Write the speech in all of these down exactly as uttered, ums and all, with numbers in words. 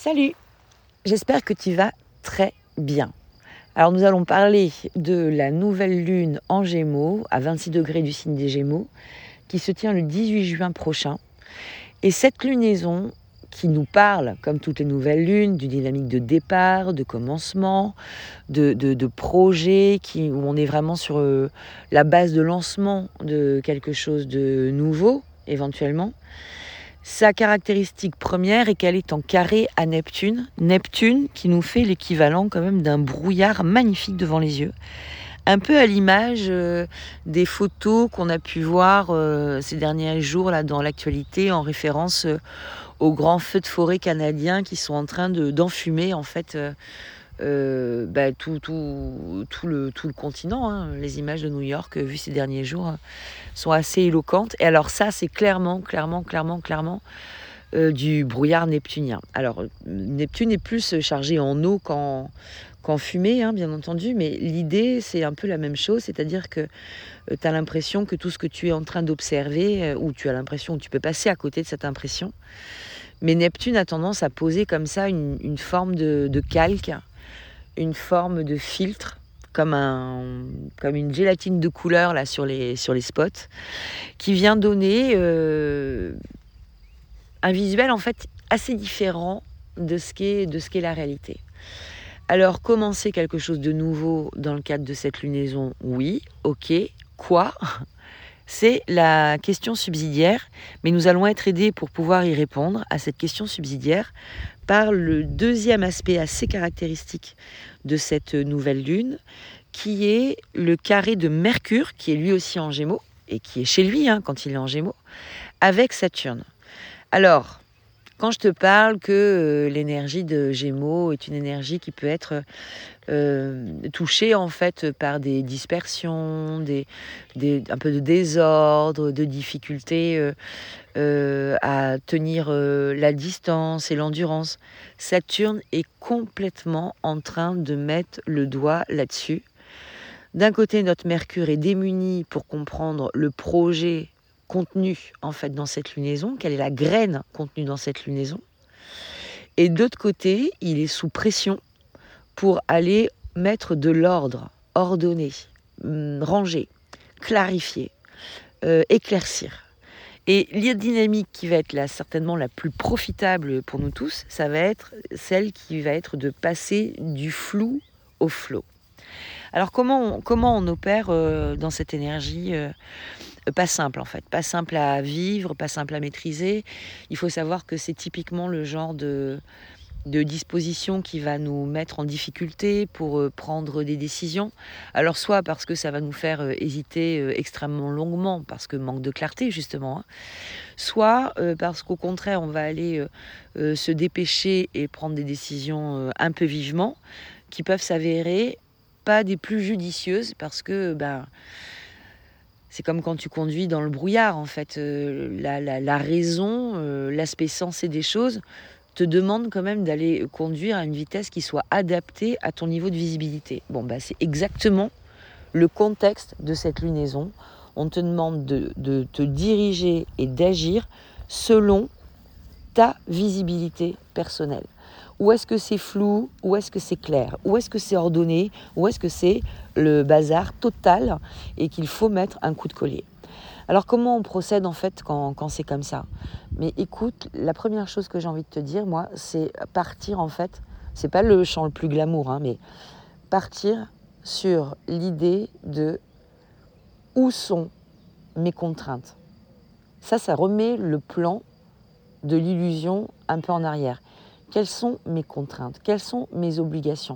Salut, j'espère que tu vas très bien. Alors nous allons parler de la nouvelle lune en Gémeaux, à vingt-six degrés du signe des Gémeaux, qui se tient le dix-huit juin prochain. Et cette lunaison qui nous parle, comme toutes les nouvelles lunes, d'une dynamique de départ, de commencement, de, de, de projet, qui, où on est vraiment sur euh, la base de lancement de quelque chose de nouveau, éventuellement. Sa caractéristique première est qu'elle est en carré à Neptune. Neptune qui nous fait l'équivalent quand même d'un brouillard magnifique devant les yeux. Un peu à l'image euh, des photos qu'on a pu voir euh, ces derniers jours là, dans l'actualité en référence euh, aux grands feux de forêt canadiens qui sont en train de, d'enfumer en fait euh, euh, bah, tout, tout, tout, le, tout le continent. Hein. Les images de New York euh, vues ces derniers jours euh, sont assez éloquentes. Et alors ça, c'est clairement, clairement, clairement, clairement euh, du brouillard neptunien. Alors Neptune est plus chargé en eau qu'en, qu'en fumée, hein, bien entendu, mais l'idée, c'est un peu la même chose, c'est-à-dire que euh, tu as l'impression que tout ce que tu es en train d'observer, euh, ou tu as l'impression que tu peux passer à côté de cette impression, mais Neptune a tendance à poser comme ça une, une forme de, de calque, une forme de filtre, comme, un, comme une gélatine de couleur là, sur, les, sur les spots, qui vient donner euh, un visuel en fait assez différent de ce qu'est, de ce qu'est la réalité. Alors, commencer quelque chose de nouveau dans le cadre de cette lunaison, oui, ok, quoi ? C'est la question subsidiaire, mais nous allons être aidés pour pouvoir y répondre à cette question subsidiaire par le deuxième aspect assez caractéristique de cette nouvelle lune, qui est le carré de Mercure, qui est lui aussi en Gémeaux, et qui est chez lui hein, quand il est en Gémeaux, avec Saturne. Alors, quand je te parle que euh, l'énergie de Gémeaux est une énergie qui peut être euh, touchée en fait par des dispersions, des, des, un peu de désordre, de difficultés euh, euh, à tenir euh, la distance et l'endurance, Saturne est complètement en train de mettre le doigt là-dessus. D'un côté, notre Mercure est démuni pour comprendre le projet contenu en fait dans cette lunaison, quelle est la graine contenue dans cette lunaison. Et d'autre côté, il est sous pression pour aller mettre de l'ordre, ordonner, ranger, clarifier, euh, éclaircir. Et la dynamique qui va être là certainement la plus profitable pour nous tous, ça va être celle qui va être de passer du flou au flow. Alors comment on, comment on opère euh, dans cette énergie euh, Pas simple en fait, pas simple à vivre, pas simple à maîtriser. Il faut savoir que c'est typiquement le genre de, de disposition qui va nous mettre en difficulté pour euh, prendre des décisions. Alors soit parce que ça va nous faire euh, hésiter euh, extrêmement longuement, parce que manque de clarté justement, hein. Soit euh, parce qu'au contraire on va aller euh, euh, se dépêcher et prendre des décisions euh, un peu vivement, qui peuvent s'avérer pas des plus judicieuses, parce que ben, c'est comme quand tu conduis dans le brouillard, en fait. Euh, la, la, la raison, euh, l'aspect sensé des choses, te demande quand même d'aller conduire à une vitesse qui soit adaptée à ton niveau de visibilité. Bon, bah, c'est exactement le contexte de cette lunaison. On te demande de, de te diriger et d'agir selon ta visibilité personnelle. Où est-ce que c'est flou? Où est-ce que c'est clair? Où est-ce que c'est ordonné? Où est-ce que c'est le bazar total et qu'il faut mettre un coup de collier? Alors comment on procède en fait quand, quand c'est comme ça? Mais écoute, la première chose que j'ai envie de te dire, moi, c'est partir en fait, c'est pas le chant le plus glamour, hein, mais partir sur l'idée de où sont mes contraintes. Ça, ça remet le plan de l'illusion un peu en arrière. Quelles sont mes contraintes? Quelles sont mes obligations?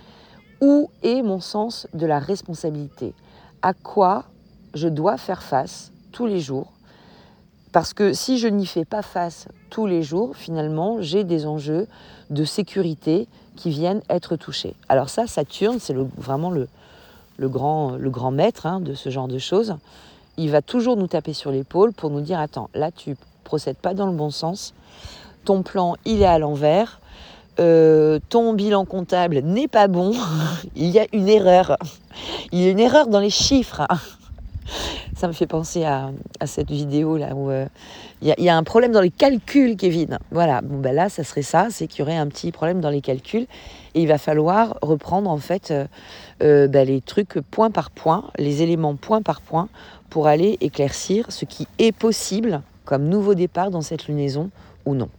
Où est mon sens de la responsabilité? À quoi je dois faire face tous les jours? Parce que si je n'y fais pas face tous les jours, finalement, j'ai des enjeux de sécurité qui viennent être touchés. Alors ça, Saturne, c'est le, vraiment le, le, grand, le grand maître hein, de ce genre de choses. Il va toujours nous taper sur l'épaule pour nous dire « Attends, là, tu procèdes pas dans le bon sens. Ton plan, il est à l'envers. Euh, ton bilan comptable n'est pas bon. Il y a une erreur. Il y a une erreur dans les chiffres. » Ça me fait penser à, à cette vidéo là où il y, y a un problème dans les calculs, Kevin. Voilà, bon ben là, ça serait ça, c'est qu'il y aurait un petit problème dans les calculs et il va falloir reprendre en fait euh, euh, ben, les trucs point par point, les éléments point par point pour aller éclaircir ce qui est possible comme nouveau départ dans cette lunaison ou non.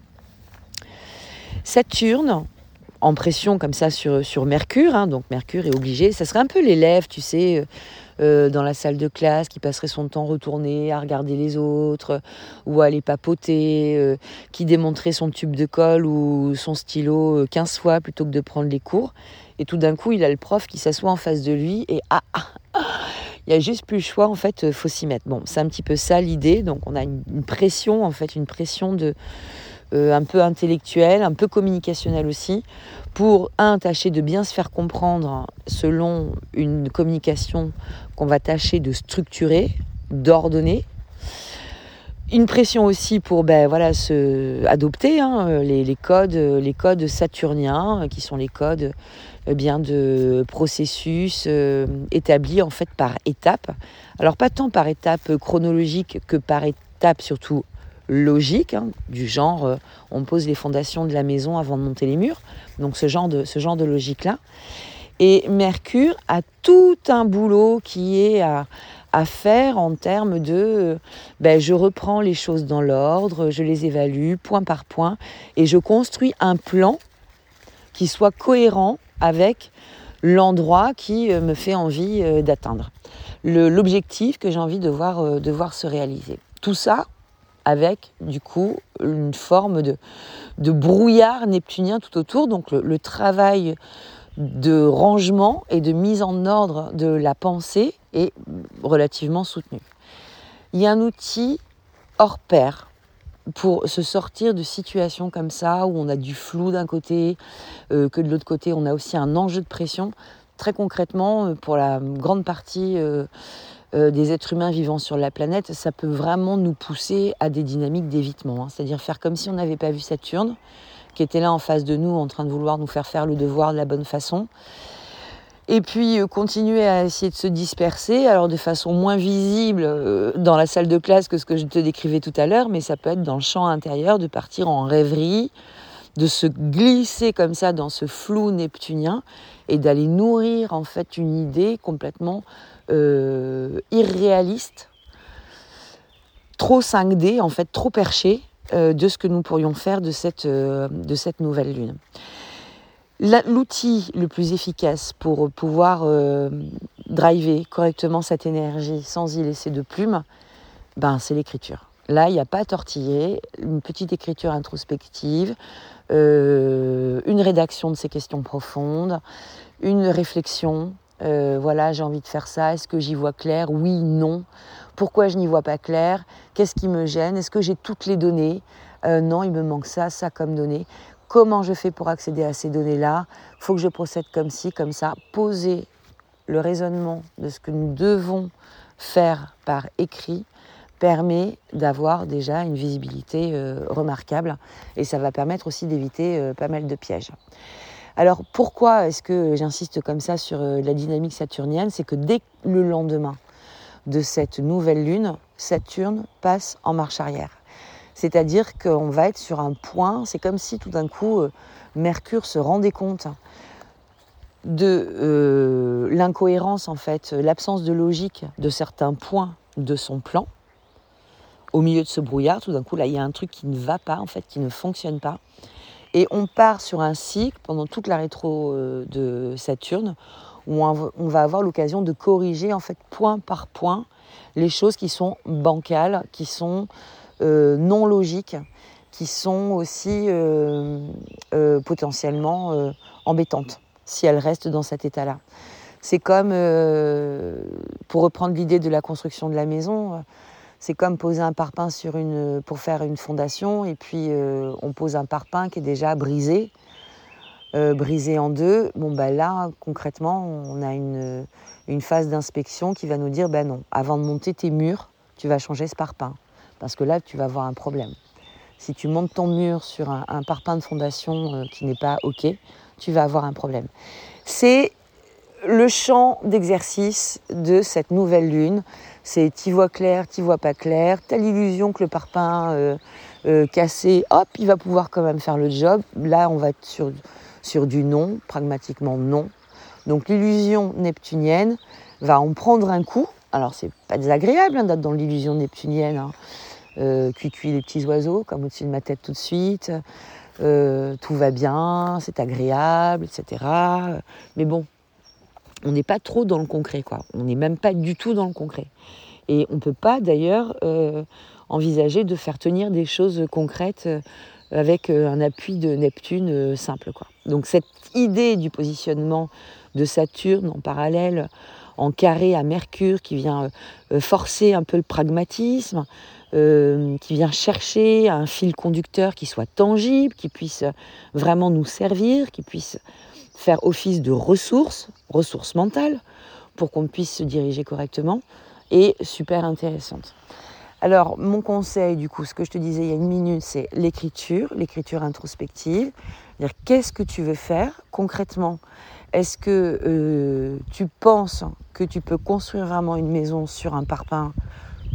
Saturne, en pression comme ça sur, sur Mercure, hein, donc Mercure est obligé, ça serait un peu l'élève, tu sais, euh, euh, dans la salle de classe qui passerait son temps retourné à regarder les autres euh, ou à les papoter, euh, qui démontrait son tube de colle ou son stylo euh, quinze fois plutôt que de prendre les cours. Et tout d'un coup, il a le prof qui s'assoit en face de lui et ah, ah, ah il n'y a juste plus le choix, en fait, il faut s'y mettre. Bon, c'est un petit peu ça l'idée, donc on a une, une pression, en fait, une pression de... Euh, un peu intellectuel, un peu communicationnel aussi, pour, un, tâcher de bien se faire comprendre selon une communication qu'on va tâcher de structurer, d'ordonner. Une pression aussi pour ben, voilà, se adopter hein, les, les, codes, les codes saturniens, qui sont les codes eh bien, de processus euh, établis en fait par étapes. Alors pas tant par étapes chronologiques que par étapes surtout logique, hein, du genre euh, on pose les fondations de la maison avant de monter les murs, donc ce genre de, ce genre de logique-là. Et Mercure a tout un boulot qui est à, à faire en termes de euh, ben, je reprends les choses dans l'ordre, je les évalue point par point et je construis un plan qui soit cohérent avec l'endroit qui euh, me fait envie euh, d'atteindre, Le, l'objectif que j'ai envie de voir, euh, de voir se réaliser. Tout ça avec du coup une forme de, de brouillard neptunien tout autour, donc le, le travail de rangement et de mise en ordre de la pensée est relativement soutenu. Il y a un outil hors pair pour se sortir de situations comme ça, où on a du flou d'un côté, euh, que de l'autre côté on a aussi un enjeu de pression. Très concrètement, pour la grande partie euh, Euh, des êtres humains vivant sur la planète, ça peut vraiment nous pousser à des dynamiques d'évitement. Hein. C'est-à-dire faire comme si on n'avait pas vu Saturne, qui était là en face de nous, en train de vouloir nous faire faire le devoir de la bonne façon. Et puis euh, continuer à essayer de se disperser, alors de façon moins visible euh, dans la salle de classe que ce que je te décrivais tout à l'heure, mais ça peut être dans le champ intérieur, de partir en rêverie, de se glisser comme ça dans ce flou neptunien et d'aller nourrir en fait une idée complètement euh, irréaliste, trop cinq D en fait, trop perché euh, de ce que nous pourrions faire de cette, euh, de cette nouvelle lune. La, l'outil le plus efficace pour pouvoir euh, driver correctement cette énergie sans y laisser de plume, ben, c'est l'écriture. Là, il n'y a pas à tortiller, une petite écriture introspective, euh, une rédaction de ces questions profondes, une réflexion, euh, voilà, j'ai envie de faire ça, est-ce que j'y vois clair? Oui, non. Pourquoi je n'y vois pas clair? Qu'est-ce qui me gêne? Est-ce que j'ai toutes les données? euh, Non, il me manque ça, ça comme données. Comment je fais pour accéder à ces données-là? Il faut que je procède comme ci, comme ça. Poser le raisonnement de ce que nous devons faire par écrit permet d'avoir déjà une visibilité euh, remarquable et ça va permettre aussi d'éviter euh, pas mal de pièges. Alors pourquoi est-ce que j'insiste comme ça sur euh, la dynamique saturnienne? C'est que dès le lendemain de cette nouvelle lune, Saturne passe en marche arrière. C'est-à-dire qu'on va être sur un point, c'est comme si tout d'un coup euh, Mercure se rendait compte de euh, l'incohérence en fait, l'absence de logique de certains points de son plan. Au milieu de ce brouillard, tout d'un coup, là, il y a un truc qui ne va pas, en fait, qui ne fonctionne pas. Et on part sur un cycle, pendant toute la rétro euh, de Saturne, où on, on va avoir l'occasion de corriger, en fait, point par point, les choses qui sont bancales, qui sont euh, non logiques, qui sont aussi euh, euh, potentiellement euh, embêtantes, si elles restent dans cet état-là. C'est comme, euh, pour reprendre l'idée de la construction de la maison, c'est comme poser un parpaing sur une, pour faire une fondation et puis euh, on pose un parpaing qui est déjà brisé, euh, brisé en deux. Bon, bah là, concrètement, on a une, une phase d'inspection qui va nous dire ben non, avant de monter tes murs, tu vas changer ce parpaing parce que là, tu vas avoir un problème. Si tu montes ton mur sur un, un parpaing de fondation euh, qui n'est pas OK, tu vas avoir un problème. C'est le champ d'exercice de cette nouvelle lune, c'est t'y vois clair, t'y vois pas clair, t'as l'illusion que le parpaing euh, euh, cassé, hop, il va pouvoir quand même faire le job. Là, on va être sur, sur du non, pragmatiquement non. Donc l'illusion neptunienne va en prendre un coup. Alors c'est pas désagréable hein, d'être dans l'illusion neptunienne, hein. euh, cuit-cuit les petits oiseaux, comme au-dessus de ma tête tout de suite, euh, tout va bien, c'est agréable, et cetera. Mais bon, on n'est pas trop dans le concret, quoi. On n'est même pas du tout dans le concret. Et on ne peut pas d'ailleurs euh, envisager de faire tenir des choses concrètes euh, avec euh, un appui de Neptune euh, simple, quoi. Donc cette idée du positionnement de Saturne en parallèle, en carré à Mercure, qui vient euh, forcer un peu le pragmatisme, euh, qui vient chercher un fil conducteur qui soit tangible, qui puisse vraiment nous servir, qui puisse faire office de ressources, ressources mentales, pour qu'on puisse se diriger correctement, est super intéressante. Alors, mon conseil, du coup, ce que je te disais il y a une minute, c'est l'écriture, l'écriture introspective. C'est-à-dire, qu'est-ce que tu veux faire concrètement ? Est-ce que euh, tu penses que tu peux construire vraiment une maison sur un parpaing explosé ?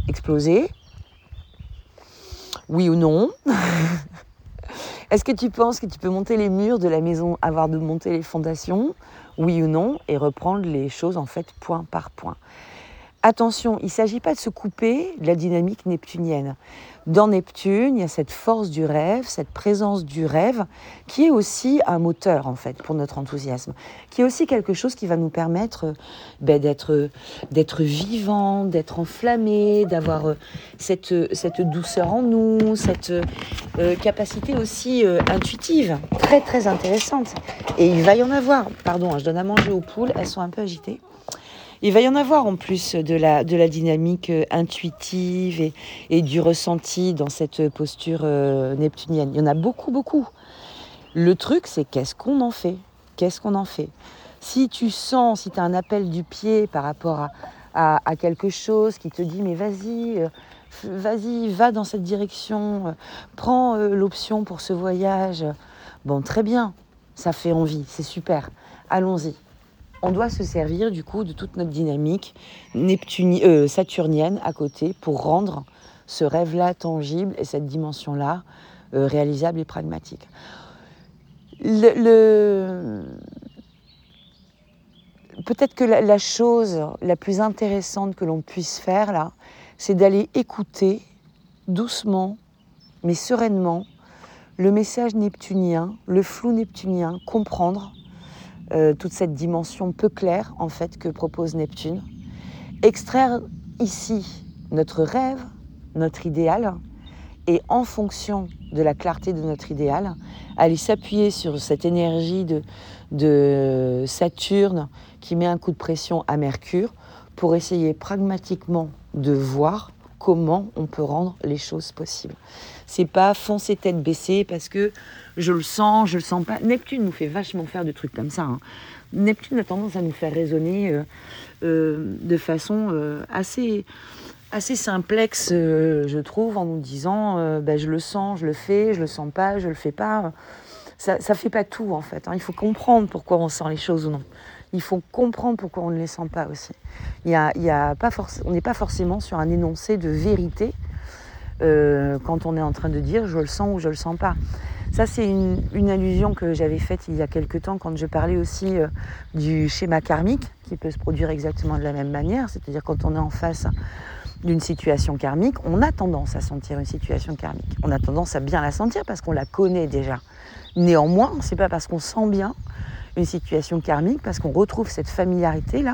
Oui ou non ? Est-ce que tu penses que tu peux monter les murs de la maison, avoir de monter les fondations ? Oui ou non ? Et reprendre les choses en fait point par point. Attention, il ne s'agit pas de se couper de la dynamique neptunienne. Dans Neptune, il y a cette force du rêve, cette présence du rêve, qui est aussi un moteur en fait pour notre enthousiasme, qui est aussi quelque chose qui va nous permettre ben, d'être, d'être vivant, d'être enflammé, d'avoir euh, cette, cette douceur en nous, cette euh, capacité aussi euh, intuitive, très très intéressante. Et il va y en avoir, pardon, je donne à manger aux poules, elles sont un peu agitées. Il va y en avoir en plus de la, de la dynamique intuitive et, et du ressenti dans cette posture euh, neptunienne. Il y en a beaucoup, beaucoup. Le truc, c'est qu'est-ce qu'on en fait ? Qu'est-ce qu'on en fait ? Si tu sens, si tu as un appel du pied par rapport à, à, à quelque chose qui te dit « mais vas-y, euh, vas-y, va dans cette direction, euh, prends euh, l'option pour ce voyage », bon, très bien, ça fait envie, c'est super, allons-y. On doit se servir du coup de toute notre dynamique neptuni- euh, saturnienne à côté pour rendre ce rêve-là tangible et cette dimension-là euh, réalisable et pragmatique. Le, le... Peut-être que la, la chose la plus intéressante que l'on puisse faire là, c'est d'aller écouter doucement mais sereinement le message neptunien, le flou neptunien, comprendre Euh, toute cette dimension peu claire en fait que propose Neptune. Extraire ici notre rêve, notre idéal, et en fonction de la clarté de notre idéal, aller s'appuyer sur cette énergie de, de Saturne qui met un coup de pression à Mercure pour essayer pragmatiquement de voir comment on peut rendre les choses possibles. C'est pas foncer tête baissée parce que je le sens, je le sens pas. Neptune nous fait vachement faire de trucs comme ça, hein. Neptune a tendance à nous faire raisonner euh, euh, de façon euh, assez, assez simplexe, euh, je trouve, en nous disant euh, ben, je le sens, je le fais, je le sens pas, je le fais pas. Ça ne fait pas tout en fait, hein. Il faut comprendre pourquoi on sent les choses ou non. Il faut comprendre pourquoi on ne les sent pas aussi. Il y a, il y a pas forc- on n'est pas forcément sur un énoncé de vérité euh, quand on est en train de dire je le sens ou je le sens pas. Ça, c'est une, une allusion que j'avais faite il y a quelque temps quand je parlais aussi euh, du schéma karmique qui peut se produire exactement de la même manière. C'est-à-dire quand on est en face d'une situation karmique, on a tendance à sentir une situation karmique. On a tendance à bien la sentir parce qu'on la connaît déjà. Néanmoins, c'est pas parce qu'on sent bien une situation karmique, parce qu'on retrouve cette familiarité-là,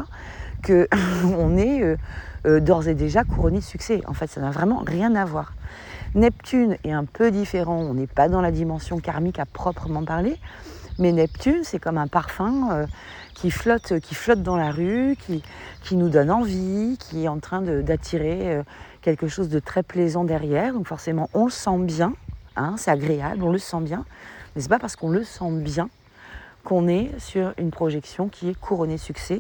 qu'on est euh, euh, d'ores et déjà couronné de succès. En fait, ça n'a vraiment rien à voir. Neptune est un peu différent, on n'est pas dans la dimension karmique à proprement parler, mais Neptune, c'est comme un parfum euh, qui flotte, qui flotte dans la rue, qui, qui nous donne envie, qui est en train de, d'attirer euh, quelque chose de très plaisant derrière. Donc forcément, on le sent bien, hein, c'est agréable, on le sent bien, mais c'est pas parce qu'on le sent bien qu'on est sur une projection qui est couronnée de succès.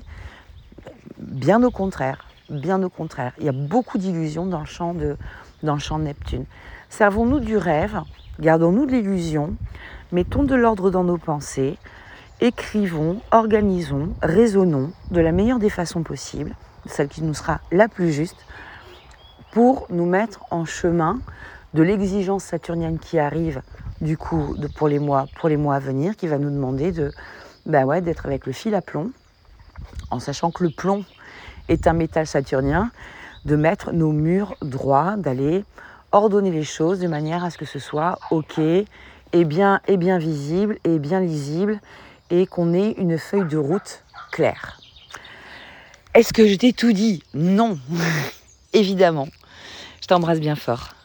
Bien au contraire, bien au contraire. Il y a beaucoup d'illusions dans le champ de, dans le champ de Neptune. Servons-nous du rêve, gardons-nous de l'illusion, mettons de l'ordre dans nos pensées écrivons, organisons, raisonnons de la meilleure des façons possibles, celle qui nous sera la plus juste, pour nous mettre en chemin de l'exigence saturnienne qui arrive du coup de, pour, les mois, pour les mois à venir, qui va nous demander de, bah ouais, d'être avec le fil à plomb, en sachant que le plomb est un métal saturnien, de mettre nos murs droits, d'aller ordonner les choses de manière à ce que ce soit ok, et bien, et bien visible, et bien lisible, et qu'on ait une feuille de route claire. Est-ce que je t'ai tout dit ? Non, évidemment. Je t'embrasse bien fort.